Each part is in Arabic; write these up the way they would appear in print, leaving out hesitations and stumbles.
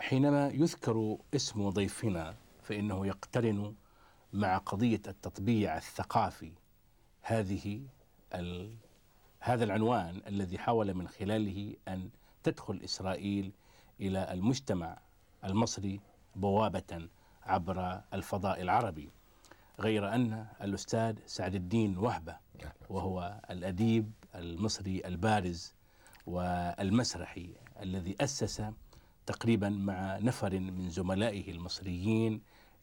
حينما يذكر اسم ضيفنا فإنه يقترن مع قضية التطبيع الثقافي. هذه هذا العنوان الذي حاول من خلاله أن تدخل إسرائيل إلى المجتمع المصري بوابة عبر الفضاء العربي. غير أن الأستاذ سعد الدين وهبة وهو الأديب المصري البارز والمسرحي الذي أسس تقريبا مع نفر من زملائه المصريين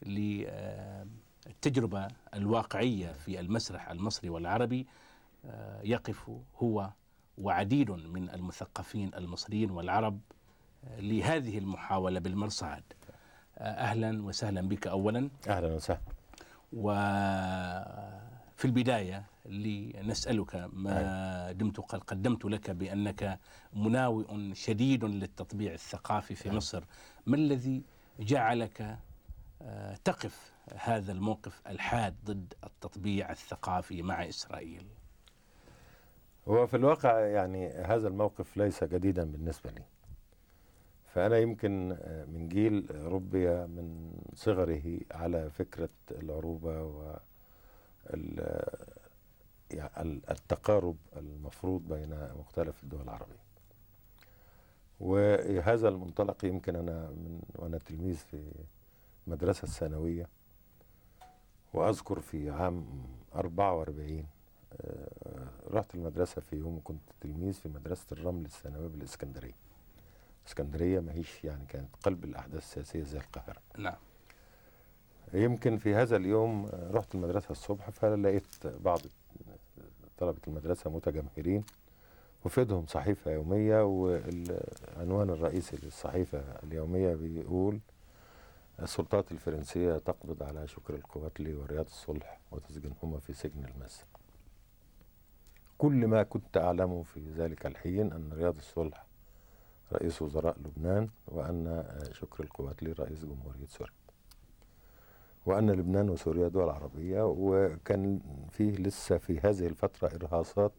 للتجربة الواقعية في المسرح المصري والعربي، يقف هو وعديد من المثقفين المصريين والعرب لهذه المحاولة بالمرصاد. أهلا وسهلا بك أولا. أهلا وسهلا. وفي البداية لنسألك ما دمت قد قدمت لك بأنك مناوئ شديد للتطبيع الثقافي في مصر، ما الذي جعلك تقف هذا الموقف الحاد ضد التطبيع الثقافي مع إسرائيل؟ هو في الواقع يعني هذا الموقف ليس جديدا بالنسبة لي، فأنا يمكن من جيل ربي من صغره على فكرة العروبة والتقارب المفروض بين مختلف الدول العربية. وهذا المنطلق يمكن أنا وأنا تلميذ في المدرسة الثانوية، وأذكر في عام 44 رحت المدرسة في يوم كنت تلميذ في مدرسة الرمل الثانوية بالإسكندرية. اسكندرية ما هيش يعني كانت قلب الأحداث السياسية زي القاهرة. نعم. يمكن في هذا اليوم رحت المدرسة الصبح، فلقيت بعض طلبة المدرسة متجمهرين وفي ايدهم صحيفة يومية، والعنوان الرئيسي للصحيفة اليومية بيقول: السلطات الفرنسية تقبض على شكر القواتلي ورياض الصلح وتسجنهما في سجن الماس. كل ما كنت أعلمه في ذلك الحين أن رياض الصلح رئيس وزراء لبنان، وأن شكر القواتلي رئيس جمهورية سوريا، وأن لبنان وسوريا دول عربية. وكان فيه لسه في هذه الفترة إرهاصات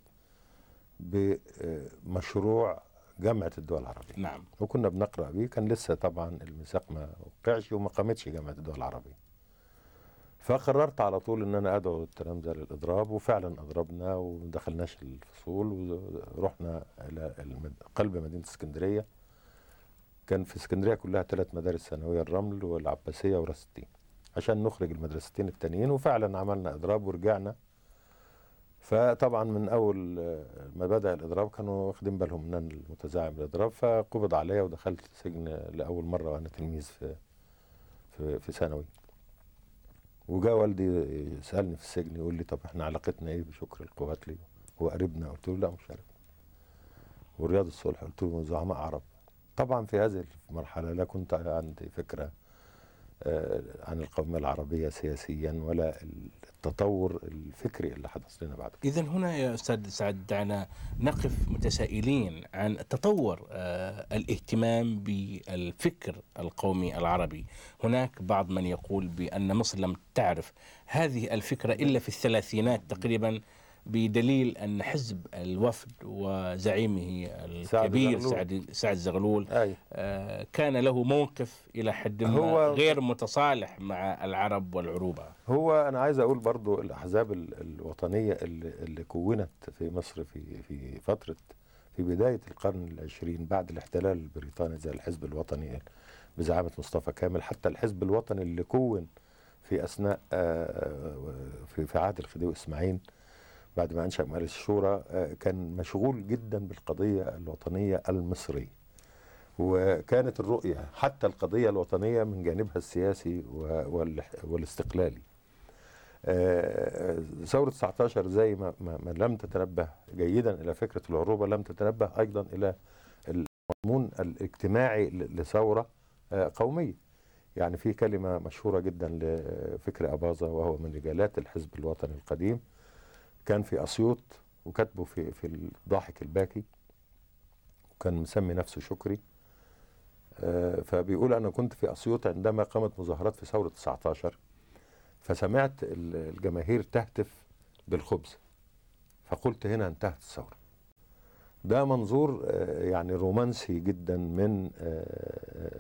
بمشروع جامعة الدول العربية. نعم. وكنا بنقرأ به، كان لسه طبعا الميثاق ما وقعش وما قامتش جامعة الدول العربية. فقررت على طول ان انا ادعو التلامذة للاضراب، وفعلا اضربنا ودخلناش الفصول ورحنا الى قلب مدينة اسكندرية. كان في اسكندرية كلها 3 مدارس ثانوية، الرمل والعباسية وراس التين، عشان نخرج المدرستين التانيين. وفعلا عملنا اضراب ورجعنا. فطبعا من اول ما بدأ الاضراب كانوا واخدين بالهم ان انا المتزعم الاضراب، فقبض عليا ودخلت سجن لاول مرة وانا تلميذ في ثانوي. وجاء والدي يسألني في السجن يقول لي: طب احنا علاقتنا ايه بشكر القواتلي؟ هو قريبنا؟ قلت له: لا مش قريبنا. ورياض الصلح قلت له: زعماء عرب. طبعا في هذه المرحلة لا كنت عندي فكرة عن القومية العربية سياسيا ولا التطور الفكري اللي حدث لنا بعد. إذن هنا يا أستاذ سعد دعنا نقف متسائلين عن تطور الاهتمام بالفكر القومي العربي. هناك بعض من يقول بأن مصر لم تعرف هذه الفكرة إلا في الثلاثينات تقريبا، بدليل أن حزب الوفد وزعيمه الكبير سعد زغلول كان له موقف إلى حد ما غير متصالح مع العرب والعروبة. هو أنا عايز أقول برضو الأحزاب الوطنية اللي كونت في مصر في فترة في بداية القرن العشرين بعد الاحتلال البريطاني، زي الحزب الوطني بزعامة مصطفى كامل، حتى الحزب الوطني اللي كون في أثناء في عهد الخديوي إسماعيل بعد ما أنشأ مجلس الشورى، كان مشغول جدا بالقضية الوطنية المصرية. وكانت الرؤية حتى القضية الوطنية من جانبها السياسي والاستقلالي. ثورة 19 زي ما لم تتنبه جيدا إلى فكرة العروبة، لم تتنبه أيضا إلى المضمون الاجتماعي لثورة قومية. يعني في كلمة مشهورة جدا لفكري أباظة، وهو من رجالات الحزب الوطني القديم، كان في أسيوط وكتبه في الضاحك الباكي، وكان مسمي نفسه شكري. فبيقول: أنا كنت في أسيوط عندما قامت مظاهرات في ثورة 19، فسمعت الجماهير تهتف بالخبز، فقلت هنا انتهت الثورة. ده منظور يعني رومانسي جدا من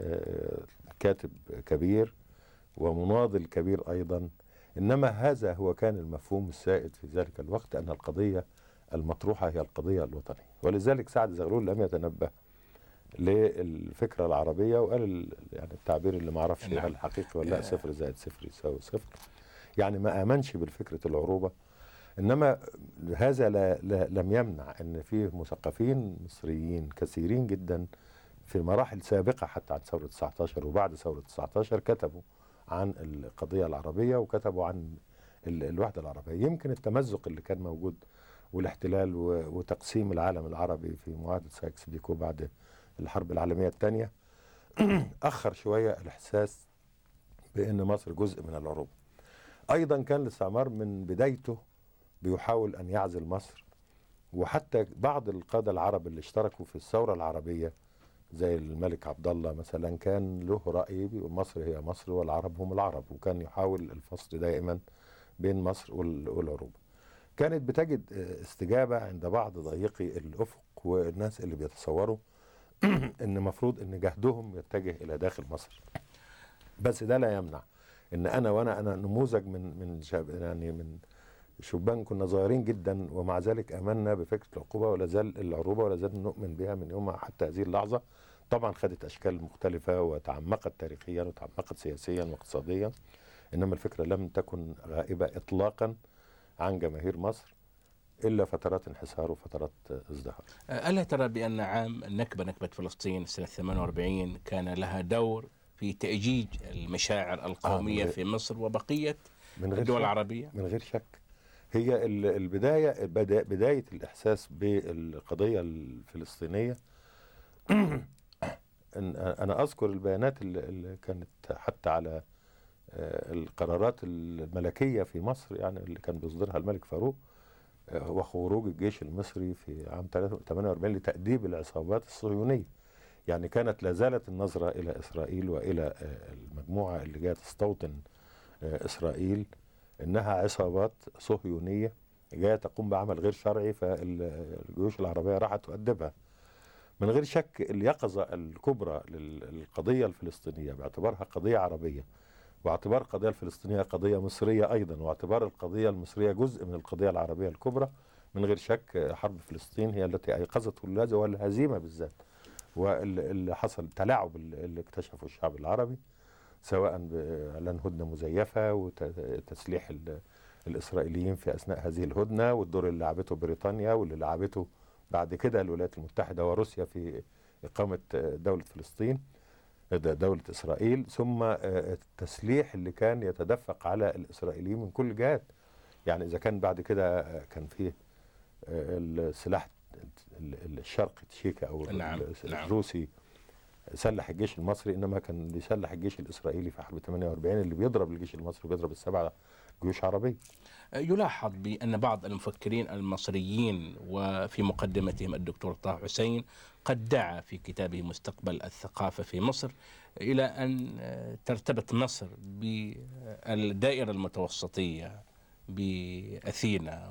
كاتب كبير ومناضل كبير أيضا، إنما هذا هو كان المفهوم السائد في ذلك الوقت، أن القضية المطروحة هي القضية الوطنية. ولذلك سعد زغلول لم يتنبه للفكرة العربية، وقال يعني التعبير اللي ما اعرفش هل حقيقي ولا لا، 0 زائد 0 يساوي 0. يعني ما آمنش بالفكرة العروبة. إنما هذا لم يمنع أن فيه مثقفين مصريين كثيرين جدا في مراحل سابقة حتى عن ثورة 19 وبعد ثورة 19 كتبوا عن القضية العربية وكتبوا عن الوحدة العربية. يمكن التمزق اللي كان موجود والاحتلال وتقسيم العالم العربي في معاهدة سايكس بيكو بعد الحرب العالمية الثانية أخر شوية الإحساس بأن مصر جزء من العروبة. أيضا كان الاستعمار من بدايته بيحاول أن يعزل مصر، وحتى بعض القادة العرب اللي اشتركوا في الثورة العربية زي الملك عبد الله مثلا كان له رأي بيقول مصر هي مصر والعرب هم العرب، وكان يحاول الفصل دائما بين مصر والعروبة. كانت بتجد استجابة عند بعض ضيقي الأفق والناس اللي بيتصوروا ان مفروض ان جهدهم يتجه الى داخل مصر. بس ده لا يمنع ان انا نموذج من شاب، يعني من شبان كنا صغيرين جدا ومع ذلك امنا بفكره العقوبه ولا زال العروبه ولا زال نؤمن بها من يومها حتى هذه اللحظه. طبعا خدت اشكال مختلفه وتعمقت تاريخيا وتعمقت سياسيا واقتصاديا، انما الفكره لم تكن غائبه اطلاقا عن جماهير مصر إلا فترات انحسار وفترات ازدهار. ألا ترى بأن عام النكبة، نكبة فلسطين سنة 48، كان لها دور في تأجيج المشاعر القومية في مصر وبقية الدول العربية؟ من غير شك. هي البداية بداية الإحساس بالقضية الفلسطينية. أنا أذكر البيانات اللي كانت حتى على القرارات الملكية في مصر، يعني اللي كان بيصدرها الملك فاروق، وخروج الجيش المصري في عام 48 لتأديب العصابات الصهيونية. يعني كانت لا زالت النظرة إلى إسرائيل وإلى المجموعة اللي جاية تستوطن إسرائيل إنها عصابات صهيونية جاية تقوم بعمل غير شرعي، فالجيوش العربية راحت تؤدبها. من غير شك اليقظة الكبرى للقضية الفلسطينية باعتبارها قضية عربية، واعتبار القضية الفلسطينية قضية مصرية أيضا، واعتبار القضية المصرية جزء من القضية العربية الكبرى، من غير شك حرب فلسطين هي التي أيقظته اللاذة والهزيمة بالذات، واللي حصل تلاعب اللي اكتشفه الشعب العربي سواء بإعلان هدنة مزيفة وتسليح الإسرائيليين في أثناء هذه الهدنة، والدور اللي لعبته بريطانيا واللي لعبته بعد كده الولايات المتحدة وروسيا في إقامة دولة فلسطين، دولة إسرائيل، ثم التسليح اللي كان يتدفق على الإسرائيليين من كل الجهات. يعني إذا كان بعد كده كان فيه السلاح الشرقي تشيكا أو الروسي سلح الجيش المصري، إنما كان بيسلح الجيش الإسرائيلي في حرب 48 اللي بيضرب الجيش المصري بيضرب ال7 جيوش عربية. يلاحظ بأن بعض المفكرين المصريين وفي مقدمتهم الدكتور طه حسين قد دعا في كتابه مستقبل الثقافة في مصر إلى أن ترتبط مصر بالدائرة المتوسطية بأثينا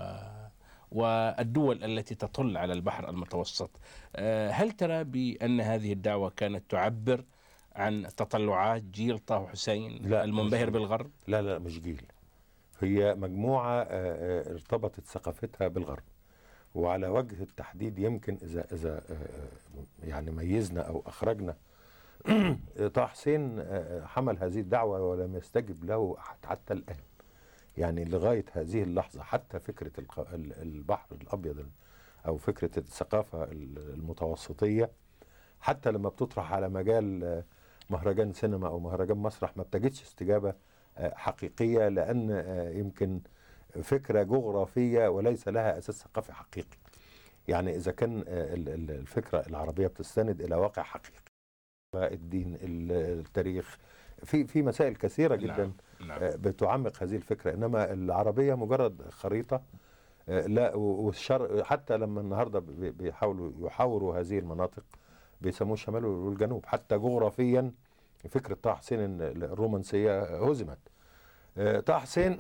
والدول التي تطل على البحر المتوسط. هل ترى بأن هذه الدعوة كانت تعبر عن تطلعات جيل طه حسين المنبهر بالغرب؟ لا مش جيل، هي مجموعة ارتبطت ثقافتها بالغرب. وعلى وجه التحديد يمكن إذا يعني ميزنا أو أخرجنا طه حسين حمل هذه الدعوة ولم يستجب له أحد حتى الآن. يعني لغاية هذه اللحظة حتى فكرة البحر الأبيض أو فكرة الثقافة المتوسطية حتى لما بتطرح على مجال مهرجان سينما أو مهرجان مسرح ما بتجدش استجابة حقيقية، لأن يمكن فكرة جغرافية وليس لها أساس ثقافي حقيقي. يعني إذا كان الفكرة العربية بتستند إلى واقع حقيقي، الدين، التاريخ، في مسائل كثيرة جدا بتعمق هذه الفكرة، إنما العربية مجرد خريطة. لا، والشرق حتى لما النهاردة بيحاولوا يحاوروا هذه المناطق بيسموه الشمال والجنوب. حتى جغرافيا فكرة طه حسين إن الرومانسية هزمت. طه حسين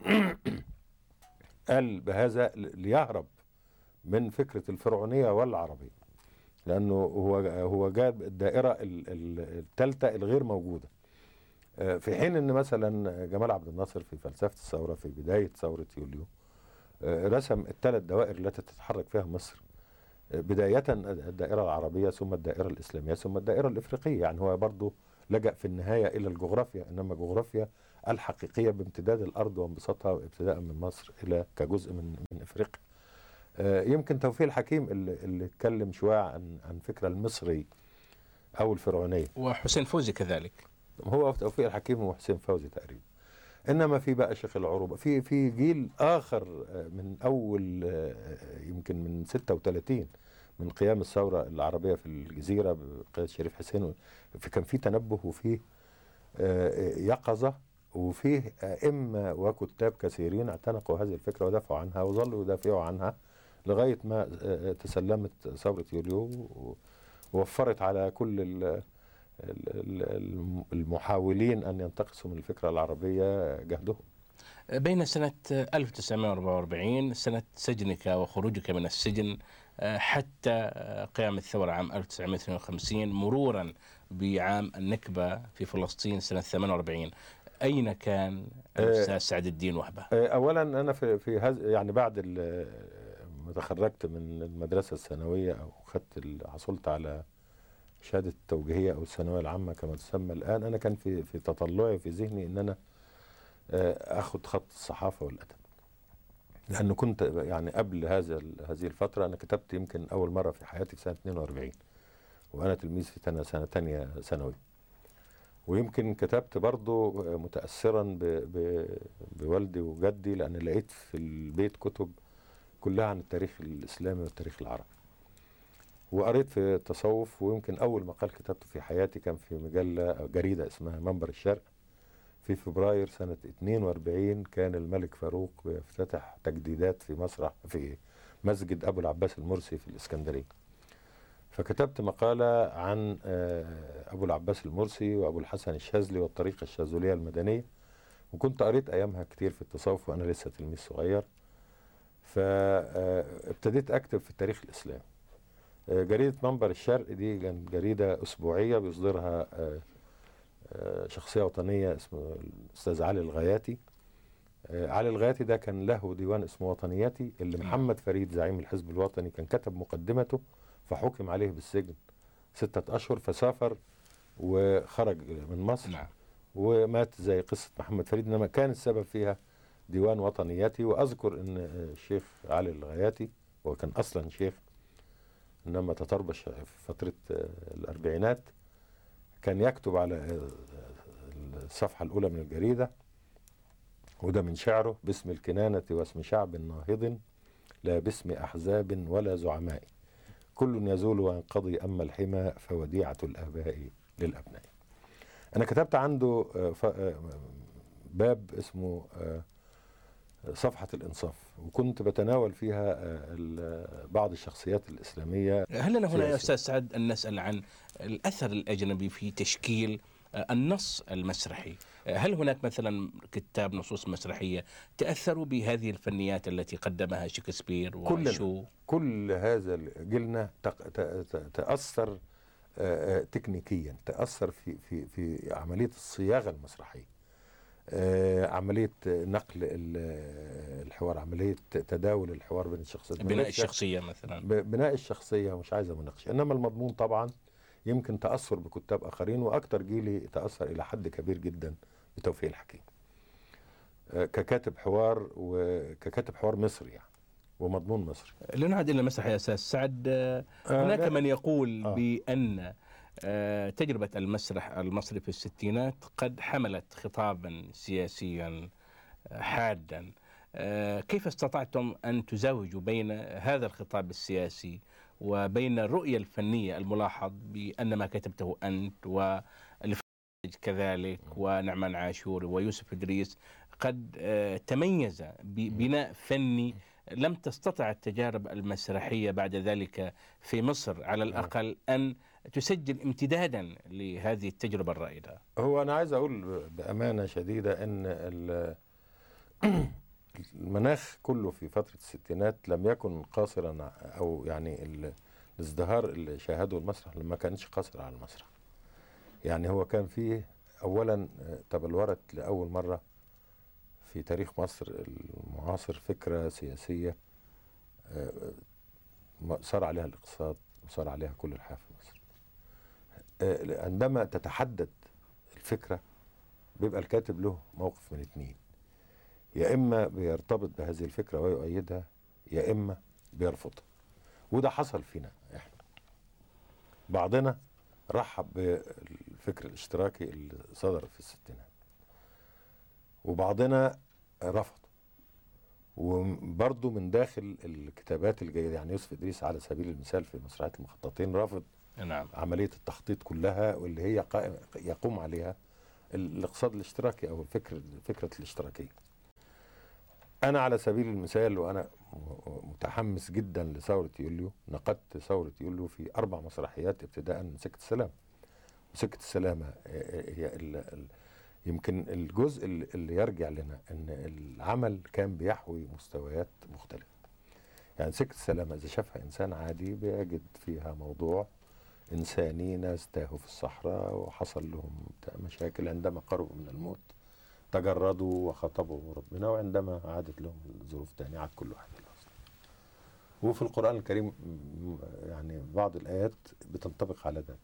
قال بهذا ليهرب من فكرة الفرعونية والعربية، لأنه هو جاب الدائرة الثالثة الغير موجودة. في حين أن مثلا جمال عبد الناصر في فلسفة الثورة في بداية ثورة يوليو رسم الثلاث دوائر التي تتحرك فيها مصر، بداية الدائرة العربية ثم الدائرة الإسلامية ثم الدائرة الإفريقية. يعني هو برضه لجأ في النهاية إلى الجغرافيا، إنما الجغرافيا الحقيقية بامتداد الأرض وانبساطها ابتداء من مصر إلى كجزء من إفريقيا. يمكن توفيق الحكيم اللي اتكلم شوية عن فكرة المصري أو الفرعونية، وحسين فوزي كذلك. هو توفيق الحكيم وحسين فوزي تقريبا. انما في بقى شيخ العروبه، في جيل اخر من اول يمكن من 36 من قيام الثوره العربيه في الجزيره بقياده شريف حسين، كان في تنبه وفيه يقظه وفيه ائمه وكتاب كثيرين اعتنقوا هذه الفكره ودافعوا عنها وظلوا يدافعوا عنها لغايه ما تسلمت ثوره يوليو ووفرت على كل المحاولين أن ينتقصوا من الفكرة العربية جهدهم. بين سنة 1944 سنة سجنك وخروجك من السجن حتى قيام الثورة عام 1952 مرورا بعام النكبة في فلسطين سنة 48، أين كان الأستاذ سعد الدين وهبة؟ أولا أنا في هذا يعني بعد ما تخرجت من المدرسة الثانوية أو حصلت على شهادة التوجيهية أو الثانوية العامة كما تسمى الآن، أنا كان في تطلعي في ذهني إن أنا أخذ خط الصحافة والأدب، لأنه كنت يعني قبل هذه الفترة أنا كتبت يمكن أول مرة في حياتي في سنة 42 وأنا تلميذ في سنة تانية ثانوي، ويمكن كتبت برضو متأثرا بوالدي وجدي، لأن لقيت في البيت كتب كلها عن التاريخ الإسلامي والتاريخ العربي، وقريت في التصوف. ويمكن أول مقال كتبته في حياتي كان في جريدة اسمها منبر الشرق في فبراير سنة 42. كان الملك فاروق بيفتتح تجديدات في مسجد أبو العباس المرسي في الإسكندرية، فكتبت مقالة عن أبو العباس المرسي وأبو الحسن الشاذلي والطريقة الشاذلية المدنية، وكنت قريت أيامها كتير في التصوف وأنا لسه تلميذ صغير، فابتديت أكتب في التاريخ الإسلامي. جريدة منبر الشرق دي كانت جريدة أسبوعية بيصدرها شخصية وطنية اسمه الأستاذ علي الغياتي. علي الغياتي ده كان له ديوان اسمه وطنياتي، اللي محمد فريد زعيم الحزب الوطني كان كتب مقدمته فحكم عليه بالسجن 6 أشهر، فسافر وخرج من مصر ومات زي قصة محمد فريد، إنما كان السبب فيها ديوان وطنياتي. وأذكر أن الشيخ علي الغياتي هو كان أصلا شيخ إنما تطربش في فترة الأربعينات، كان يكتب على الصفحة الأولى من الجريدة، وده من شعره: باسم الكنانة واسم شعب ناهض، لا باسم أحزاب ولا زعماء، كل يزول وينقضي أما الحمى فوديعة الآباء للأبناء. أنا كتبت عنده باب اسمه صفحة الإنصاف، وكنت بتناول فيها بعض الشخصيات الإسلامية. هل لنا هنا يا أستاذ سعد أن نسأل عن الأثر الأجنبي في تشكيل النص المسرحي؟ هل هناك مثلا كتاب نصوص مسرحية تأثروا بهذه الفنيات التي قدمها شكسبير وشو؟ كل هذا جيلنا تأثر تكنيكيا، تأثر في عملية الصياغة المسرحية، عملية نقل الحوار، عملية تداول الحوار بين الشخصيات، بناء الشخصية مثلا، بناء الشخصية، مش عايزة مناقشة. إنما المضمون طبعا يمكن تأثر بكتاب آخرين، وأكتر جيلي تأثر إلى حد كبير جدا بتوفيق الحكيم ككاتب حوار وككاتب حوار مصري يعني ومضمون مصري. لنعد إلى المسرح يا أستاذ سعد. هناك من يقول بأن تجربة المسرح المصري في الستينات قد حملت خطابا سياسيا حادا. كيف استطعتم أن تزاوجوا بين هذا الخطاب السياسي وبين الرؤية الفنية الملاحظ بأن ما كتبته أنت والفرج كذلك ونعمان عاشور ويوسف إدريس قد تميز ببناء فني لم تستطع التجارب المسرحية بعد ذلك في مصر على الأقل أن تسجل امتدادا لهذه التجربة الرائدة؟ هو أنا عايز أقول بأمانة شديدة أن المناخ كله في فترة الستينات لم يكن قاصرا، أو يعني الازدهار اللي شاهده المسرح لما كانش قاصر على المسرح. يعني هو كان فيه أولا تبلورت لأول مرة في تاريخ مصر المعاصر فكرة سياسية صار عليها الاقتصاد وصار عليها كل الحياة في مصر. عندما تتحدد الفكرة بيبقى الكاتب له موقف من اتنين، يا إما بيرتبط بهذه الفكرة ويؤيدها، يا إما بيرفضها. وده حصل فينا إحنا. بعضنا رحب بالفكر الاشتراكي اللي صدر في الستينات، وبعضنا رفض. وبرضه من داخل الكتابات الجيدة، يعني يوسف إدريس على سبيل المثال في مسرحية المخططين رفض نعم. عملية التخطيط كلها واللي هي يقوم عليها الاقتصاد الاشتراكي أو فكرة الاشتراكية. أنا على سبيل المثال وأنا متحمس جدا لثورة يوليو، نقدت ثورة يوليو في 4 مسرحيات ابتداء من سكة السلام. وسكة السلامة هي يمكن الجزء اللي يرجع لنا ان العمل كان بيحوي مستويات مختلفة. يعني سكة السلامة إذا شافها إنسان عادي بيجد فيها موضوع إنساني، ناس تاهوا في الصحراء وحصل لهم مشاكل، عندما قربوا من الموت تجردوا وخاطبوا ربنا، وعندما عادت لهم الظروف تاني عاد كل واحد الأصل. وفي القرآن الكريم يعني بعض الآيات بتنطبق على ذلك.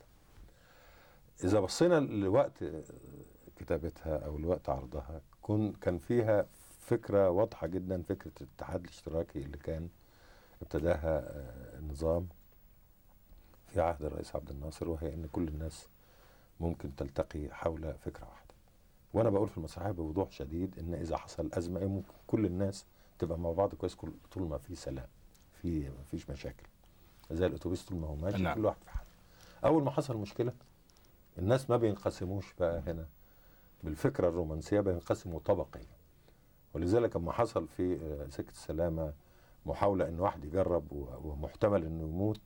إذا بصينا لوقت كتابتها أو لوقت عرضها كان فيها فكرة واضحة جدا، فكرة الاتحاد الاشتراكي اللي كان ابتداها النظام في عهد الرئيس عبد الناصر، وهي ان كل الناس ممكن تلتقي حول فكرة واحدة. وانا بقول في المسرحية بوضوح شديد ان اذا حصل ازمة ممكن كل الناس تبقى مع بعض كويس طول ما في سلام، مفيش مشاكل، زي الاتوبيس طول ما هو ماشي. نعم. كل واحد في حاله. اول ما حصل مشكلة الناس ما بينقسموش بقى هنا بالفكرة الرومانسية، بينقسموا طبقيا. ولذلك لما حصل في سكة السلامة محاولة ان واحد يجرب ومحتمل انه يموت،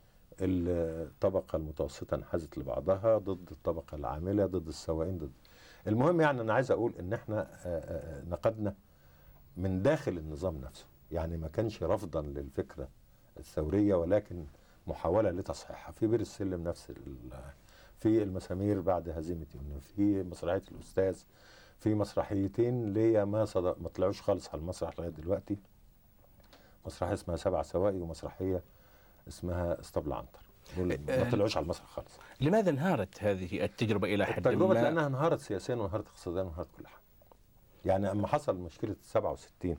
الطبقة المتوسطة انحازت لبعضها ضد الطبقة العاملة، ضد السواقين، ضد. المهم يعني انا عايز اقول ان احنا نقدنا من داخل النظام نفسه، يعني ما كانش رفضا للفكرة الثورية ولكن محاولة لتصحيحها. في بير السلم نفس في المسامير بعد هزيمة يونيو، في مسرحية الأستاذ، في مسرحيتين ليا ما طلعوش خالص على المسرح لغاية دلوقتي، مسرحية اسمها 7 سواقي ومسرحية اسمها اسطبل عنتر، ما طلعوش على المسرح خالص. لماذا انهارت هذه التجربة إلى حد ما؟ التجربة لأنها انهارت سياسيا وانهارت اقتصاديا وانهارت كل حاجة. يعني أما حصل مشكلة 67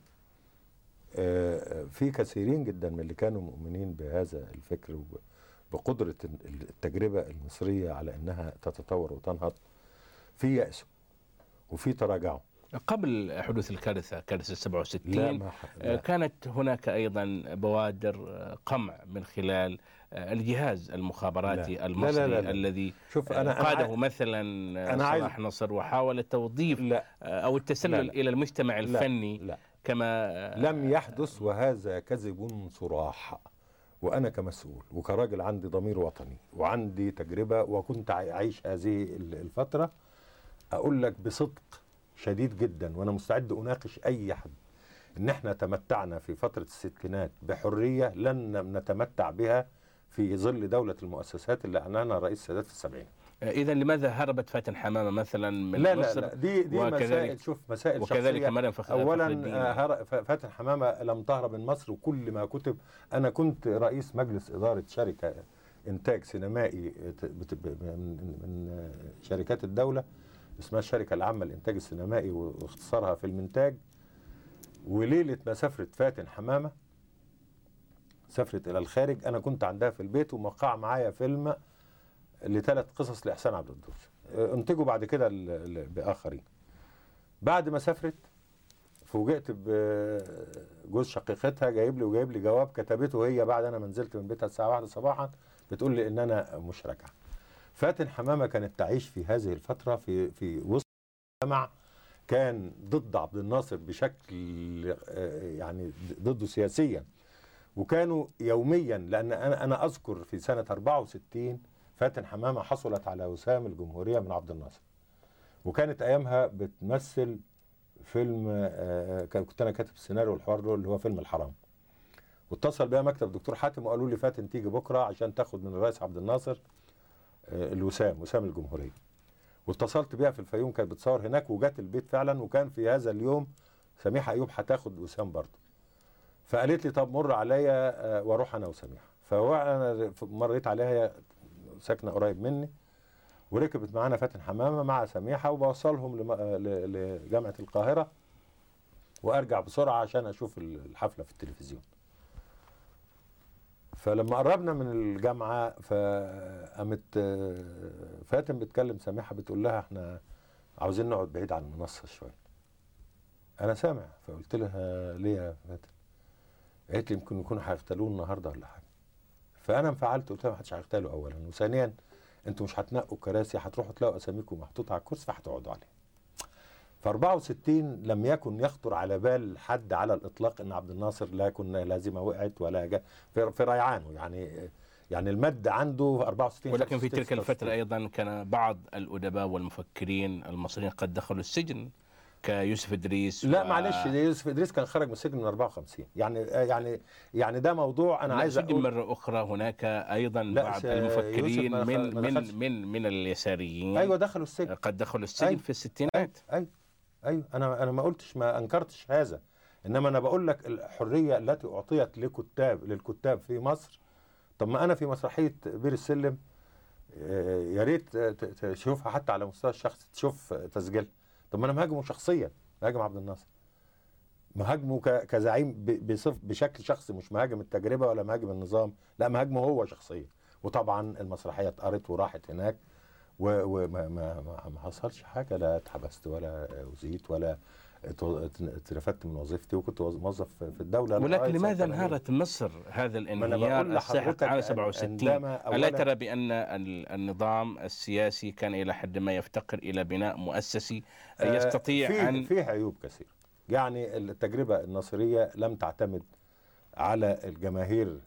في كثيرين جدا من اللي كانوا مؤمنين بهذا الفكر بقدرة التجربة المصرية على أنها تتطور وتنهض، في يأس وفي تراجع. قبل حدوث الكارثة، كارثة 67 كانت هناك أيضا بوادر قمع من خلال الجهاز المخابراتي المصري الذي قاده مثلا صلاح نصر، وحاول التوظيف أو التسلل إلى المجتمع الفني كما لم يحدث، وهذا كذب صراح. وأنا كمسؤول وكراجل عندي ضمير وطني وعندي تجربة وكنت أعيش هذه الفترة، أقول لك بصدق شديد جدا وأنا مستعد أناقش أي حد إن إحنا تمتعنا في فترة الستينات بحرية لن نتمتع بها في ظل دولة المؤسسات اللي أعلنها الرئيس السادات في السبعين. إذا لماذا هربت فاتن حمامة مثلا من مصر؟ لا دي مسائل، شوف مسائل وكذلك شخصية. مريم أولا فاتن حمامة لم تهرب من مصر، وكل ما كتب. أنا كنت رئيس مجلس إدارة شركة إنتاج سينمائي من شركات الدولة اسمها الشركة العامة للإنتاج السينمائي واختصارها في المنتاج. وليلة ما سافرت فاتن حمامة سافرت إلى الخارج، أنا كنت عندها في البيت وموقع معايا فيلم ل3 قصص لإحسان عبد الدوس انتجوا بعد كده بآخرين. بعد ما سافرت فوجئت بجوز شقيقتها جايب لي جواب كتبته هي بعد أنا نزلت من بيتها الساعة 1 صباحا، بتقول لي إن أنا مش راجعة. فاتن حمامة كانت تعيش في هذه الفترة في وسط مجتمع كان ضد عبد الناصر بشكل يعني ضده سياسيا، وكانوا يوميا، لأن أنا أذكر في سنة 64 فاتن حمامة حصلت على وسام الجمهورية من عبد الناصر، وكانت أيامها بتمثل فيلم كنت أنا كاتب السيناريو والحوار له اللي هو فيلم الحرام، واتصل بيها مكتب الدكتور حاتم وقالوا لي فاتن تيجي بكره عشان تاخد من الرئيس عبد الناصر وسام الجمهوريه. واتصلت بيها في الفيوم، كانت بتصور هناك وجات البيت فعلا، وكان في هذا اليوم سميحه ايوب هتاخد وسام برضه. فقالت لي طب مر عليا واروح انا وسميحه. فانا مريت عليها، هي ساكنه قريب مني، وركبت معانا فاتن حمامه مع سميحه، وبوصلهم لجامعه القاهره وارجع بسرعه عشان اشوف الحفله في التلفزيون. فلما قربنا من الجامعه فقامت فاتن بتكلم سميحه بتقول لها احنا عاوزين نقعد بعيد عن المنصه شويه. انا سامع. فقلت لها ليه يا فاتن؟ قالت لي يمكن يكونوا هيغتالوه النهارده ولا حاجه. فانا انفعلت، قلت لها ما حدش هيغتاله اولا، وثانيا انتوا مش هتنقوا كراسي، هتروحوا تلاقوا اساميكم محطوطه على الكرسي فهتقعدوا عليه. ف 64 لم يكن يخطر على بال حد على الاطلاق ان عبد الناصر لا يكون لازمه وقعت ولا جاء في ريعانه، يعني المد عنده 64. ولكن في تلك الفتره ايضا كان بعض الادباء والمفكرين المصريين قد دخلوا السجن كيوسف ادريس. لا معلش، يوسف ادريس كان خرج من السجن من 54. يعني ده موضوع انا عايز اقول مره اخرى هناك ايضا بعض المفكرين من اليساريين ايوه دخلوا السجن، قد دخلوا السجن أيوة في الستينات. ايوه انا ما قلتش، ما انكرتش هذا، انما انا بقول لك الحريه التي اعطيت للكتاب في مصر. طب ما انا في مسرحيه بير السلم يا ريت تشوفها حتى على مستوى الشخصي، تشوف تسجيلها. طب ما انا مهاجمه شخصيا، مهاجم عبد الناصر، مهاجمه كزعيم بشكل شخصي، مش مهاجم التجربه ولا مهاجم النظام، لا مهاجمه هو شخصيا. وطبعا المسرحيه اتقرت وراحت هناك وما ما حصلش حاجه، لا اتحبست ولا أذيت ولا اترفدت من وظيفتي، وكنت موظف في الدوله. ولكن لماذا انهارت مصر هذا الانهيار الساحق على 67؟ ألا ترى بأن النظام السياسي كان إلى حد ما يفتقر إلى بناء مؤسسي يستطيع أن فيه عيوب كثيرة؟ يعني التجربة الناصرية لم تعتمد على الجماهير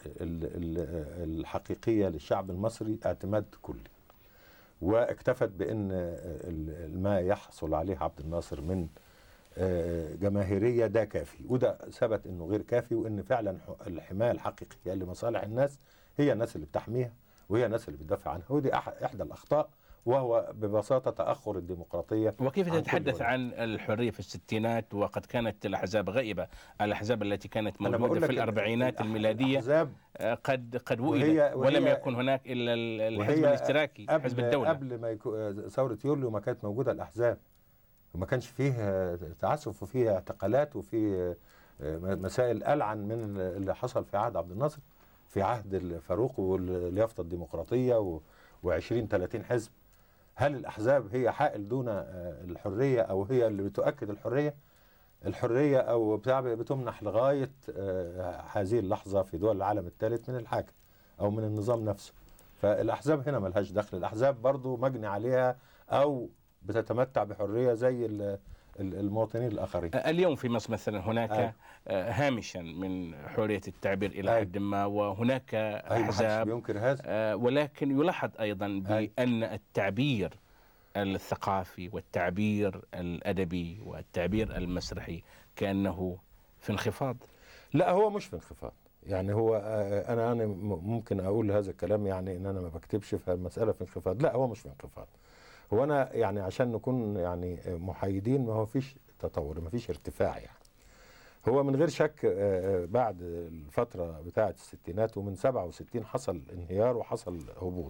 الحقيقية للشعب المصري اعتماد كلي، واكتفت بأن ما يحصل عليه عبد الناصر من جماهيرية ده كافي، وده ثبت انه غير كافي، وان فعلا الحماية الحقيقية لمصالح الناس هي الناس اللي بتحميها وهي الناس اللي بتدافع عنها، ودي احدى الاخطاء، وهو ببساطة تأخر الديمقراطية. وكيف تتحدث عن الحرية في الستينات وقد كانت الأحزاب غائبة؟ الأحزاب التي كانت موجودة في الأربعينات الميلادية قد وئدت، ولم يكن هناك إلا الحزب الاشتراكي، حزب الدولة. قبل ما ثورة يوليو ما كانت موجودة الأحزاب، وما كانش فيه تعسف وفيه اعتقالات وفيه مسائل ألعن من اللي حصل في عهد عبد الناصر، في عهد الفاروق واليافطة الديمقراطية و20-30 حزب. هل الأحزاب هي حائل دون الحرية، أو هي اللي بتؤكد الحرية أو بتمنح لغاية هذه اللحظة في دول العالم الثالث من الحاكم أو من النظام نفسه؟ فالأحزاب هنا ملهاش دخل، الأحزاب برضو مجني عليها أو بتتمتع بحرية زي المواطنين الآخرين. اليوم في مصر مثلا هناك هامشا من حرية التعبير إلى حد ما، وهناك أحزاب بينكر هذا، ولكن يلاحظ أيضا بأن التعبير الثقافي والتعبير الأدبي والتعبير المسرحي كأنه في انخفاض. لا هو مش في انخفاض، يعني هو أنا ممكن أقول هذا الكلام يعني إن أنا ما بكتبش في المسألة في انخفاض، لا هو مش في انخفاض. هو أنا يعني عشان نكون يعني محايدين، ما هو فيش تطور، ما فيش ارتفاع. يعني هو من غير شك بعد الفترة بتاعة الستينات ومن 67 حصل انهيار وحصل هبوط.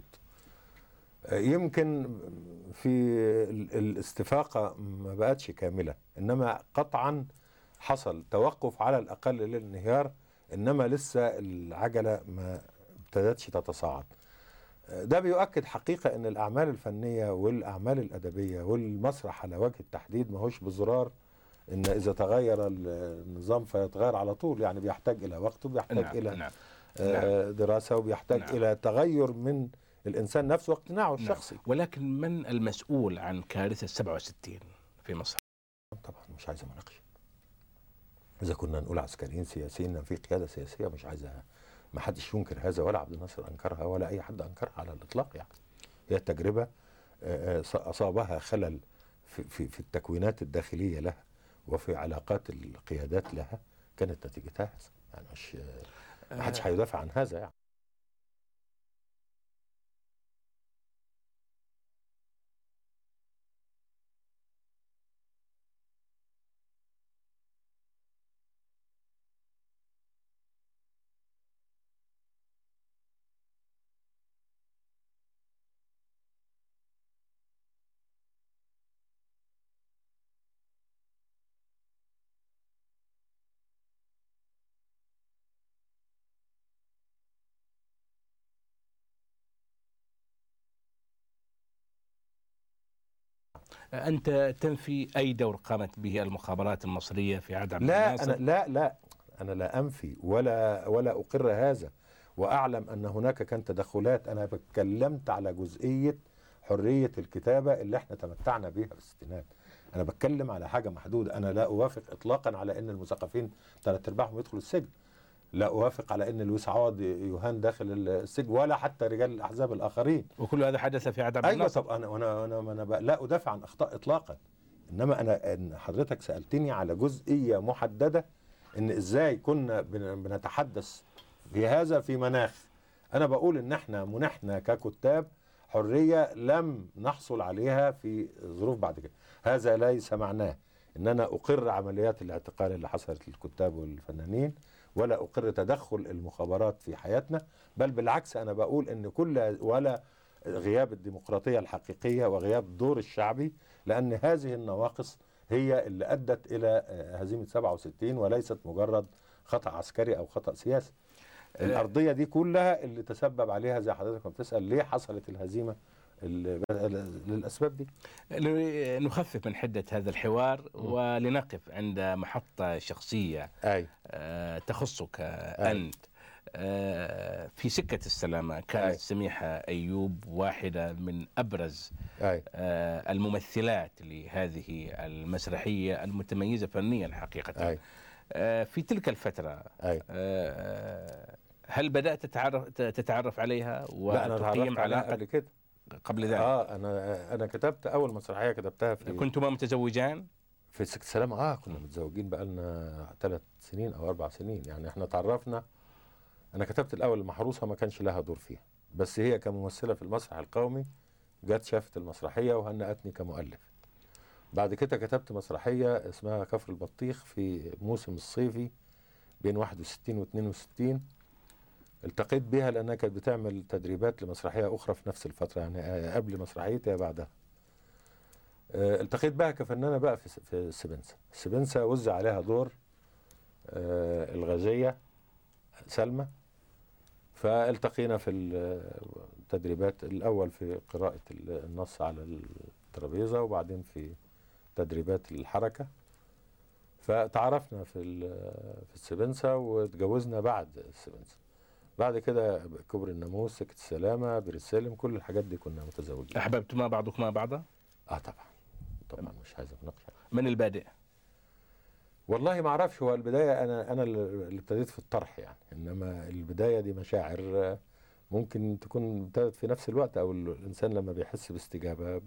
يمكن في الاستفاقة ما بقتش كاملة، إنما قطعا حصل توقف على الأقل للانهيار، إنما لسه العجلة ما ابتدتش تتصاعد. ده بيؤكد حقيقة ان الاعمال الفنية والاعمال الادبية والمسرح على وجه التحديد ما هوش بزرار ان اذا تغير النظام فيتغير على طول، يعني بيحتاج الى وقت وبيحتاج الى دراسة وبيحتاج الى تغير من الانسان نفسه واقتناعه الشخصي. ولكن من المسؤول عن كارثة 67 في مصر؟ طبعا مش عايزة مناقشة. اذا كنا نقول عسكريين سياسيين في قيادة سياسية، مش عايزة، ما حدش ينكر هذا، ولا عبد الناصر أنكرها ولا أي حد أنكرها على الإطلاق. يعني هي التجربة أصابها خلل في التكوينات الداخلية لها وفي علاقات القيادات لها، كانت نتيجتها يعني مش ما حدش هيدافع عن هذا يعني. أنت تنفي أي دور قامت به المخابرات المصرية في عهد عبد لا الناصر؟ أنا لا أنا لا أنفي ولا أقر هذا، وأعلم أن هناك كان تدخلات. أنا اتكلمت على جزئية حرية الكتابة اللي احنا تمتعنا بيها في الستينات. أنا بتكلم على حاجة محدودة. أنا لا أوافق إطلاقا على أن المثقفين 3/4 يدخلوا السجن. لا أوافق على أن لويس عوض يهان داخل السجن، ولا حتى رجال الأحزاب الآخرين. وكل هذا حدث في عهد عبد أيوة. الناصر. طب أنا لا أدافع عن أخطاء إطلاقا، إنما أن حضرتك سألتني على جزئية محددة، ان ازاي كنا بنتحدث في هذا في مناخ. انا بقول ان احنا منحنا ككتاب حرية لم نحصل عليها في ظروف بعد كده. هذا ليس معناه ان انا اقر عمليات الاعتقال اللي حصلت للكتاب والفنانين، ولا اقر تدخل المخابرات في حياتنا، بل بالعكس انا بقول ان ولا غياب الديمقراطية الحقيقية وغياب الدور الشعبي، لان هذه النواقص هي اللي أدت إلى هزيمة 67، وليست مجرد خطأ عسكري أو خطأ سياسي. الأرضية دي كلها اللي تسبب عليها، زي حضرتك ما بتسأل ليه حصلت الهزيمة، للأسباب دي. نخفف من حدة هذا الحوار ولنقف عند محطة شخصية تخصك أنت. في سكة السلامة كانت سميحة أيوب واحدة من أبرز الممثلات لهذه المسرحية المتميزة فنيا حقيقة. في تلك الفترة هل بدأت تتعرف عليها وتقيم علاقة قبل كده؟ قبل ذلك؟ أنا كتبت أول مسرحية كتبتها في كنتما متزوجان؟ في سكة السلامة كنا متزوجين بقالنا 3 سنين أو 4 سنين يعني. احنا تعرفنا، أنا كتبت الأول المحروسة، ما كانش لها دور فيها، بس هي كممثلة في المسرح القومي جت شافت المسرحية وهنأتني كمؤلف. بعد كده كتبت مسرحية اسمها كفر البطيخ في موسم الصيفي بين 61 و 62. التقيت بها لأنها كانت بتعمل تدريبات لمسرحية أخرى في نفس الفترة، يعني قبل مسرحيتي بعدها. التقيت بها كفنانة بقى في السبنسة وزع عليها دور الغازية سلمى. فالتقينا في التدريبات، الأول في قراءة النص على الترابيزة، وبعدين في تدريبات الحركة. فتعرفنا في السبنسة واتجوزنا بعد السبنسة. بعد كده كبر الناموس، سكة السلامة، بير السلم، كل الحاجات دي كنا متزوجين. أحببتما بعضكما بعضا؟ طبعا مش عايز مناقشة. من البادئ؟ والله ما اعرفش. هو البداية أنا اللي ابتديت في الطرح يعني، إنما البداية دي مشاعر ممكن تكون ابتدت في نفس الوقت، أو الإنسان لما بيحس باستجابة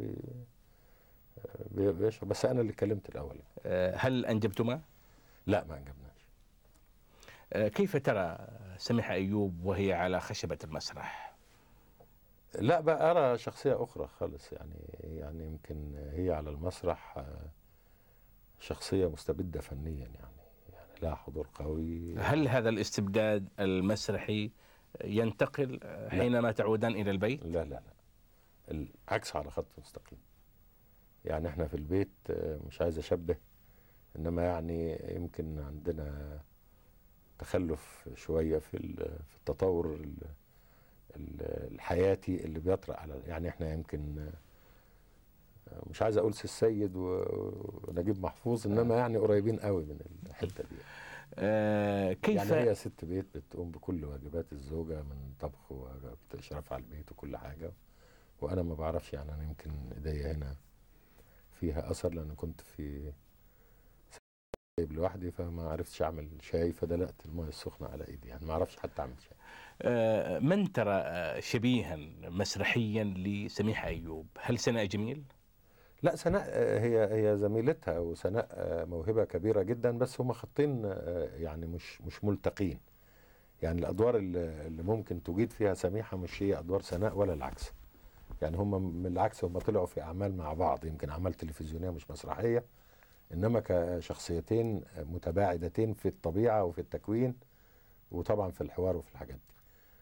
بيشعر. بس أنا اللي اتكلمت الأول. هل أنجبتما؟ لا، ما أنجبناش. كيف ترى سميحة أيوب وهي على خشبة المسرح؟ لا بقى، أرى شخصية أخرى خالص يعني يمكن هي على المسرح شخصية مستبدة فنيا يعني لها حضور قوي. هل هذا الاستبداد المسرحي ينتقل حينما تعودان إلى البيت؟ لا، العكس على خط مستقيم. يعني احنا في البيت مش عايز أشبه، إنما يعني يمكن عندنا تخلف شوية في التطور الحياتي اللي بيطرأ على، يعني احنا يمكن مش عايز اقول سي السيد ونجيب محفوظ، انما يعني قريبين قوي من الحته دي. كيف يعني هي ست بيت بتقوم بكل واجبات الزوجه، من طبخ واشراف على البيت وكل حاجه، وانا ما بعرفش. يعني انا يمكن ايديا هنا فيها اثر، لان كنت في سايب لوحدي، فما عرفتش اعمل شاي، فدلقت الميه السخنه على ايدي، يعني ما اعرفش حتى اعمل شاي. من ترى شبيها مسرحيا لسميحة أيوب؟ هل سناء جميل؟ لا سناء هي زميلتها، وسناء موهبة كبيرة جدا، بس هما خطين يعني مش ملتقين. يعني الأدوار اللي ممكن تجيد فيها سميحة مش هي أدوار سناء ولا العكس. يعني هما من العكس، هما طلعوا في أعمال مع بعض، يمكن أعمال تلفزيونية مش مسرحية، إنما كشخصيتين متباعدتين في الطبيعة وفي التكوين، وطبعا في الحوار وفي الحاجات دي.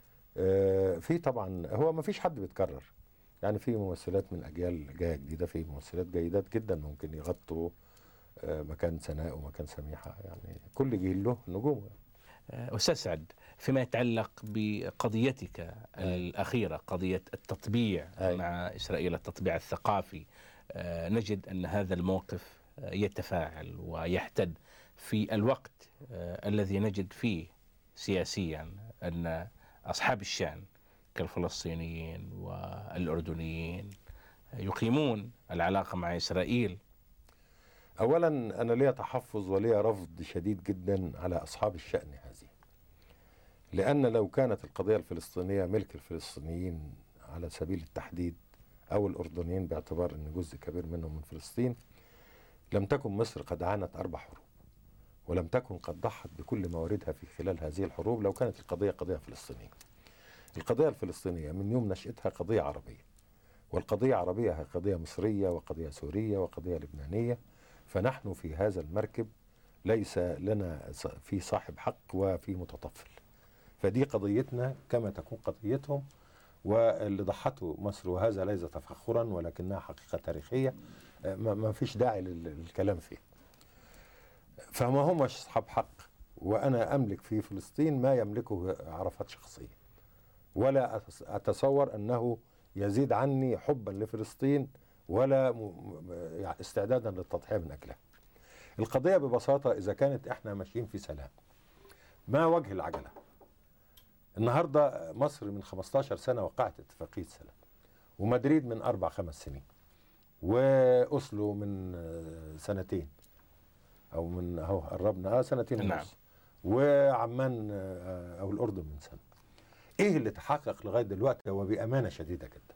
في طبعا هو ما فيش حد بيتكرر. يعني في ممثلات من أجيال جاية جديدة، في ممثلات جيدات جدا ممكن يغطوا مكان سناء ومكان سميحة. يعني كل جيل له نجوم. أستاذ سعد، فيما يتعلق بقضيتك الأخيرة، قضية التطبيع مع إسرائيل، التطبيع الثقافي، نجد أن هذا الموقف يتفاعل ويحتد في الوقت الذي نجد فيه سياسيا أن أصحاب الشأن كالفلسطينيين والأردنيين يقيمون العلاقة مع إسرائيل. أولا أنا لي تحفظ ولي رفض شديد جدا على أصحاب الشأن هذه، لأن لو كانت القضية الفلسطينية ملك الفلسطينيين على سبيل التحديد، أو الأردنيين باعتبار أن جزء كبير منهم من فلسطين، لم تكن مصر قد عانت 4 حروب، ولم تكن قد ضحت بكل مواردها في خلال هذه الحروب لو كانت القضية قضية فلسطينية. القضية الفلسطينية من يوم نشأتها قضية عربية، والقضية العربية هي قضية مصرية وقضية سورية وقضية لبنانية. فنحن في هذا المركب ليس لنا في صاحب حق وفي متطفل. فدي قضيتنا كما تكون قضيتهم، واللي ضحته مصر، وهذا ليس تفخرا ولكنها حقيقة تاريخية ما فيش داعي للكلام فيه. فما هم أصحاب حق، وأنا أملك في فلسطين ما يملكه عرفات شخصية، ولا أتصور أنه يزيد عني حبا لفلسطين ولا يعني استعدادا للتضحية من أجلها. القضية ببساطة إذا كانت إحنا ماشيين في سلام، ما وجه العجلة؟ النهاردة مصر من 15 سنة وقعت اتفاقية سلام، ومدريد من 4-5 سنين، وأسلو من 2 أو من أهو قربنا 2 ونص، وعمان أو الأردن من سنة. إيه اللي تحقق لغاية دلوقتي؟ وبأمانة شديدة جدا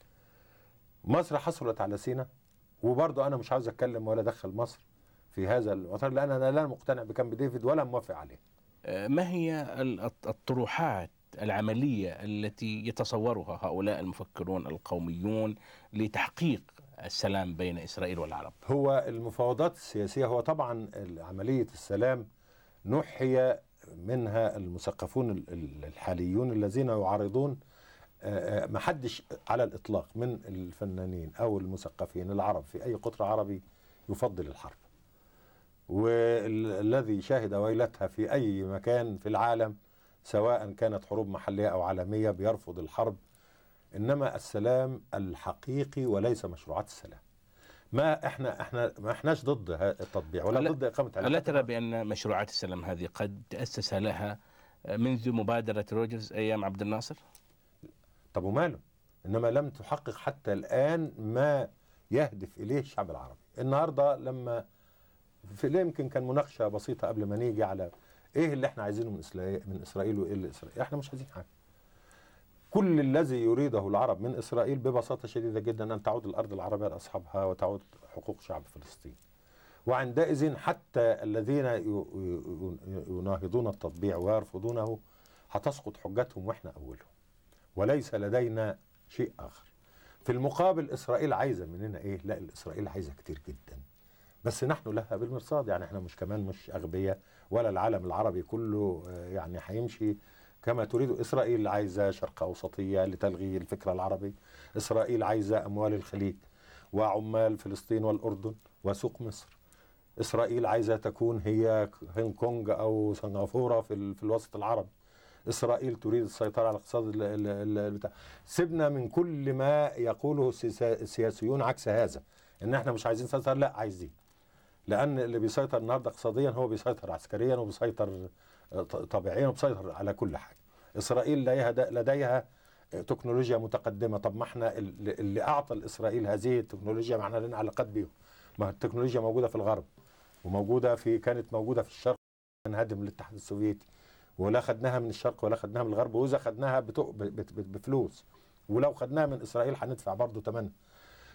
مصر حصلت على سيناء، وبرضه أنا مش عاوز أتكلم ولا أدخل مصر في هذا الوتر، لأن أنا لا مقتنع بكامب ديفيد ولا موافق عليه. ما هي الطروحات العملية التي يتصورها هؤلاء المفكرون القوميون لتحقيق السلام بين إسرائيل والعرب؟ هو المفاوضات السياسية، هو طبعا عملية السلام نحي منها المثقفون الحاليون الذين يعارضون. محدش على الإطلاق من الفنانين أو المثقفين العرب في أي قطر عربي يفضل الحرب، والذي شاهد ويلتها في أي مكان في العالم سواء كانت حروب محلية أو عالمية بيرفض الحرب. إنما السلام الحقيقي وليس مشروعات السلام. ما احناش ضد التطبيع ولا ضد إقامة علاقات. ألا ترى بأن مشروعات السلام هذه قد تأسس لها منذ مبادرة روجرز أيام عبد الناصر؟ طب وماله؟ إنما لم تحقق حتى الآن ما يهدف إليه الشعب العربي. النهاردة لما يمكن كان مناقشة بسيطة قبل ما نيجي على إيه اللي إحنا عايزينه من إسرائيل وإيه اللي إسرائيل. إحنا مش عايزين حاجة. كل الذي يريده العرب من إسرائيل ببساطة شديدة جدا أن تعود الأرض العربية لأصحابها وتعود حقوق شعب فلسطين. وعندئذ حتى الذين يناهضون التطبيع ويرفضونه هتسقط حجتهم وإحنا أولهم، وليس لدينا شيء آخر. في المقابل إسرائيل عايزة مننا إيه؟ لا، إسرائيل عايزة كتير جدا، بس نحن لها بالمرصاد. يعني احنا مش كمان مش أغبياء، ولا العالم العربي كله يعني هيمشي كما تريد. إسرائيل عايزة شرق أوسطية لتلغي الفكرة العربي. إسرائيل عايزة أموال الخليج وعمال فلسطين والأردن وسوق مصر. إسرائيل عايزة تكون هي هونغ كونغ أو سنغافورة في الوسط العربي. إسرائيل تريد السيطرة على الاقتصاد سيبنا من كل ما يقوله السياسيون عكس هذا، إن احنا مش عايزين سيطرة. لا، عايزين، لأن اللي بيسيطر النهارده اقتصاديا هو بيسيطر عسكريا وبيسيطر طبيعيا وبيسيطر على كل حاجة. إسرائيل لديها تكنولوجيا متقدمة. طب ما احنا اللي أعطى لإسرائيل هذه التكنولوجيا، ما احنا لنا علاقات بيهم. ما التكنولوجيا موجودة في الغرب، وموجودة كانت موجودة في الشرق، انهدم الاتحاد السوفيتي، ولا خدناها من الشرق ولا خدناها من الغرب، وإذا خدناها بفلوس، ولو خدناها من إسرائيل هندفع برضه ثمنها.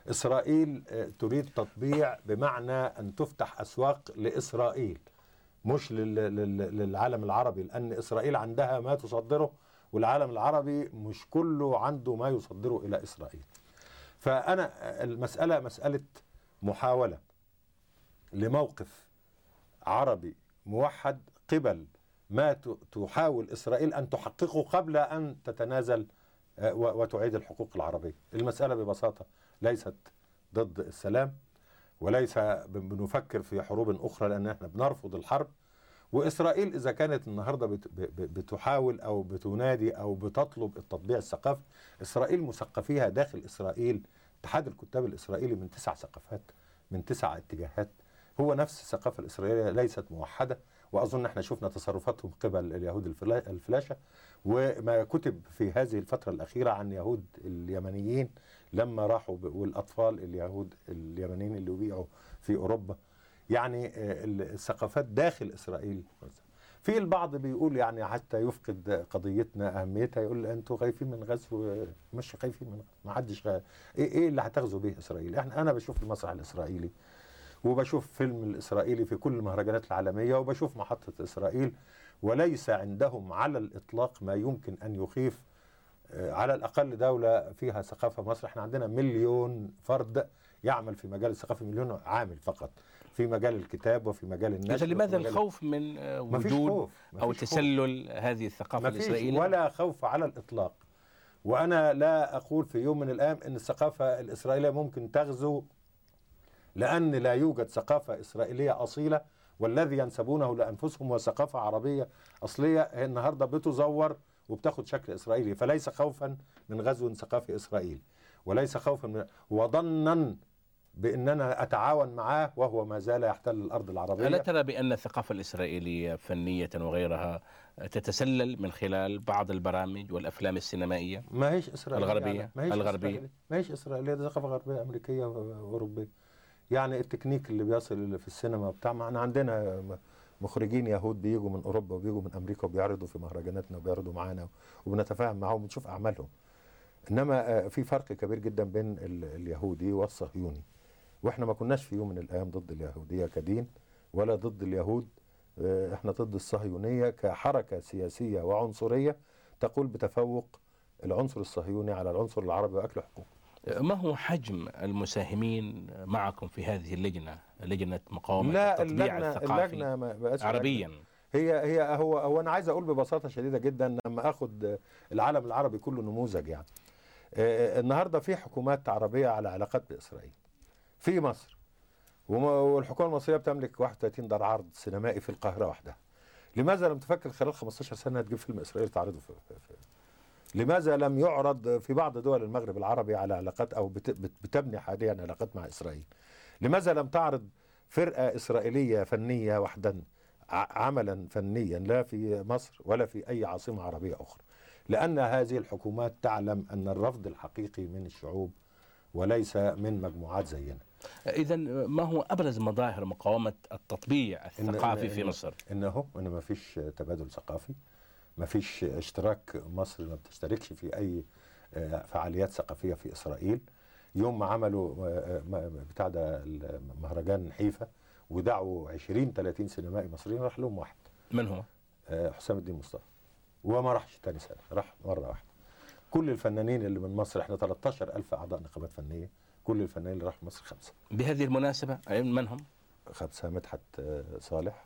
إسرائيل تريد تطبيع بمعنى أن تفتح أسواق لإسرائيل مش للعالم العربي، لأن إسرائيل عندها ما تصدره والعالم العربي مش كله عنده ما يصدره إلى إسرائيل. فأنا المسألة مسألة محاولة لموقف عربي موحد قبل ما تحاول إسرائيل أن تحققه قبل أن تتنازل وتعيد الحقوق العربية. المسألة ببساطة ليست ضد السلام، وليس بنفكر في حروب أخرى، لأن احنا بنرفض الحرب. وإسرائيل إذا كانت النهاردة بتحاول أو بتنادي أو بتطلب التطبيع الثقافي، إسرائيل مثقفيها داخل إسرائيل اتحاد الكتاب الإسرائيلي من 9 ثقافات، من 9 اتجاهات، هو نفس الثقافة الإسرائيلية ليست موحدة. وأظن احنا شفنا تصرفاتهم قبل اليهود الفلاشة، وما كتب في هذه الفترة الأخيرة عن يهود اليمنيين لما راحوا والأطفال اليهود اليمنيين اللي بيعوا في أوروبا. يعني الثقافات داخل إسرائيل. في البعض بيقول يعني حتى يفقد قضيتنا أهميتها، يقول أنتوا خايفين من غزو، مش خايفين من غزو، ما حدش إيه اللي هتغزو به إسرائيل؟ أنا بشوف المسرح الإسرائيلي وبشوف فيلم الإسرائيلي في كل المهرجانات العالمية وبشوف محطة إسرائيل، وليس عندهم على الإطلاق ما يمكن أن يخيف على الأقل دولة فيها ثقافة. مصر احنا عندنا 1,000,000 فرد يعمل في مجال الثقافة، 1,000,000 عامل فقط في مجال الكتاب وفي مجال النشر. لماذا الخوف من وجود أو تسلل هذه الثقافة الإسرائيلية؟ ولا خوف على الإطلاق. وأنا لا أقول في يوم من الأيام أن الثقافة الإسرائيلية ممكن تغزو، لأن لا يوجد ثقافة إسرائيلية أصيلة، والذي ينسبونه لأنفسهم وثقافة عربية أصلية النهاردة بتزور وبتاخد شكل إسرائيلي. فليس خوفا من غزو ثقافي إسرائيلي، وليس خوفا من وظنا بأننا أتعاون معاه وهو ما زال يحتل الأرض العربية. ألا ترى بأن الثقافة الإسرائيلية فنية وغيرها تتسلل من خلال بعض البرامج والأفلام السينمائية؟ ما هيش إسرائيلية الغربية الغربية ما هيش إسرائيلية، دي ثقافة غربية أمريكية وأوروبية. يعني التكنيك اللي بيصل في السينما بتاع، معنا عندنا مخرجين يهود بيجوا من أوروبا وبيجوا من أمريكا وبيعرضوا في مهرجاناتنا وبيعرضوا معانا وبنتفاهم معاهم وبنشوف أعمالهم. إنما في فرق كبير جدا بين اليهودي والصهيوني، واحنا ما كناش في يوم من الأيام ضد اليهودية كدين ولا ضد اليهود. احنا ضد الصهيونية كحركة سياسية وعنصرية تقول بتفوق العنصر الصهيوني على العنصر العربي وأكل حقوق. ما هو حجم المساهمين معكم في هذه اللجنة، لجنة مقاومة التطبيع الثقافي عربيا؟ هو أنا عايز أقول ببساطة شديدة جدا، لما أخذ العالم العربي كله نموذج. يعني النهاردة في حكومات عربية على علاقات بإسرائيل في مصر، والحكومة المصرية بتملك 31 دار عرض سينمائي في القاهرة وحدها. لماذا لم تفكر خلال 15 سنة تجيب فيلم إسرائيلي تعرضه لماذا لم يعرض في بعض دول المغرب العربي على علاقات أو بتبني حاليا علاقات مع إسرائيل؟ لماذا لم تعرض فرقة إسرائيلية فنية وحدا عملا فنيا لا في مصر ولا في أي عاصمة عربية أخرى؟ لأن هذه الحكومات تعلم أن الرفض الحقيقي من الشعوب وليس من مجموعات زينا. إذا ما هو أبرز مظاهر مقاومة التطبيع الثقافي في مصر؟ إن ما فيش تبادل ثقافي، ما فيش اشتراك. مصر ما بتشتركش في أي فعاليات ثقافية في إسرائيل. يوم ما عملوا بتاع ده مهرجان حيفا ودعوا 20-30 سينمائي مصريين، راح لهم واحد. من هو؟ حسام الدين مصطفى. وما راحش تاني سنة، راح مرة واحدة. كل الفنانين اللي من مصر، احنا 13,000 أعضاء نقابات فنية، كل الفنانين اللي راحوا مصر 5. بهذه المناسبة من هم؟ 5: مدحت صالح،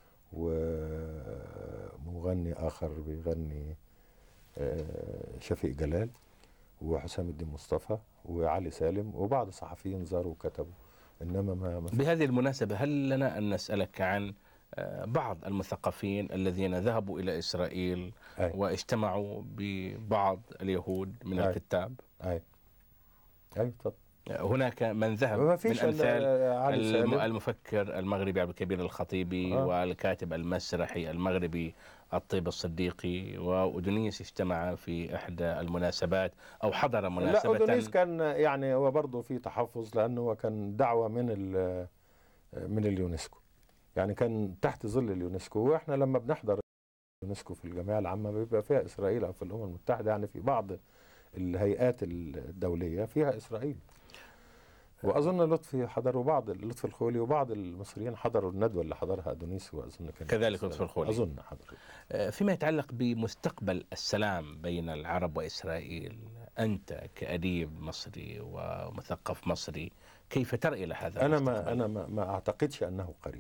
ومغني آخر بيغني شفيق جلال، وحسام الدين مصطفى، وعلي سالم، وبعض الصحفيين زاروا وكتبوا. إنما ما بهذه المناسبة هل لنا أن نسألك عن بعض المثقفين الذين ذهبوا إلى إسرائيل واجتمعوا ببعض اليهود من الكتاب؟ طب هناك من ذهب من أمثال المفكر المغربي عبد الكبير الخطيبي والكاتب المسرحي المغربي الطيب الصديقي، وأدونيس اجتمع في إحدى المناسبات أو حضر مناسبة. لا، أدونيس كان يعني هو برضه في تحفظ، لأنه كان دعوة من اليونسكو، يعني كان تحت ظل اليونسكو. وإحنا لما بنحضر اليونسكو في الجمعية العامة بيبقى فيها إسرائيل، أو في الأمم المتحدة يعني في بعض الهيئات الدولية فيها إسرائيل. وأظن لطفي حضر، وبعض لطفي الخولي وبعض المصريين حضروا الندوة اللي حضرها أدونيس، وأظن كذلك لطفي الخولي أظن حضر. فيما يتعلق بمستقبل السلام بين العرب وإسرائيل، أنت كأديب مصري ومثقف مصري كيف ترى إلى هذا المستقبل؟ أنا ما أعتقدش أنه قريب،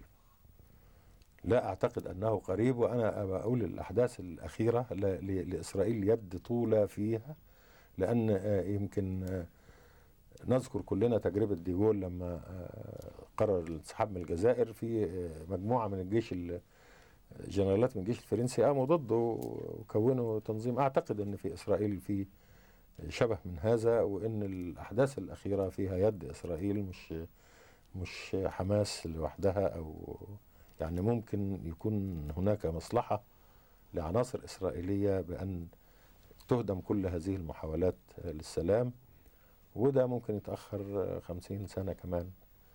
لا أعتقد أنه قريب. وأنا بقول الأحداث الأخيرة لإسرائيل يد طولة فيها، لأن يمكن نذكر كلنا تجربة ديغول لما قرر الانسحاب من الجزائر، في مجموعة من الجيش، جنرالات من الجيش الفرنسي قاموا ضده وكونوا تنظيم. أعتقد أن في إسرائيل في شبه من هذا، وأن الأحداث الأخيرة فيها يد إسرائيل، مش حماس لوحدها، أو يعني ممكن يكون هناك مصلحة لعناصر إسرائيلية بأن تهدم كل هذه المحاولات للسلام، وده ممكن يتأخر 50 سنة كمان.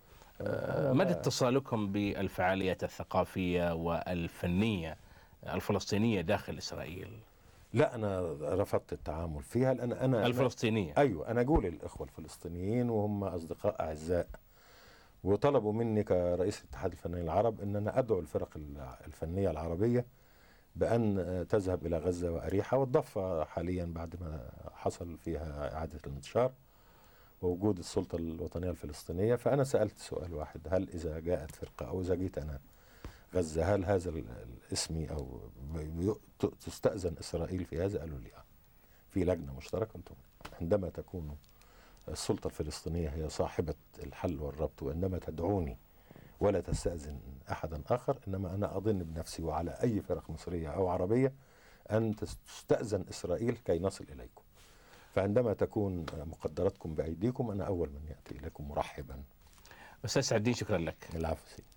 مدى اتصالكم بالفعاليات الثقافية والفنية الفلسطينية داخل إسرائيل؟ لا، أنا رفضت التعامل فيها، لأن أنا الفلسطينية أيوة، أنا أقول الإخوة الفلسطينيين وهم أصدقاء أعزاء، وطلبوا مني كرئيس اتحاد الفنانين العرب أن أنا أدعو الفرق الفنية العربية بأن تذهب إلى غزة وأريحة، والضفة حاليا بعد ما حصل فيها إعادة الانتشار ووجود السلطة الوطنية الفلسطينية. فأنا سألت سؤال واحد: هل إذا جاءت فرقة أو إذا جيت أنا غزة، هل هذا الاسمي أو تستأذن إسرائيل في هذا؟ قالوا لي في لجنة مشتركة. قلت عندما تكون السلطة الفلسطينية هي صاحبة الحل والربط، وإنما تدعوني ولا تستأذن أحدا آخر، إنما أنا أظن بنفسي وعلى أي فرق مصرية أو عربية أن تستأذن إسرائيل كي نصل إليكم. فعندما تكون مقدراتكم بأيديكم أنا أول من يأتي إليكم مرحبا. أستاذ سعد الدين، شكرا لك. العفو.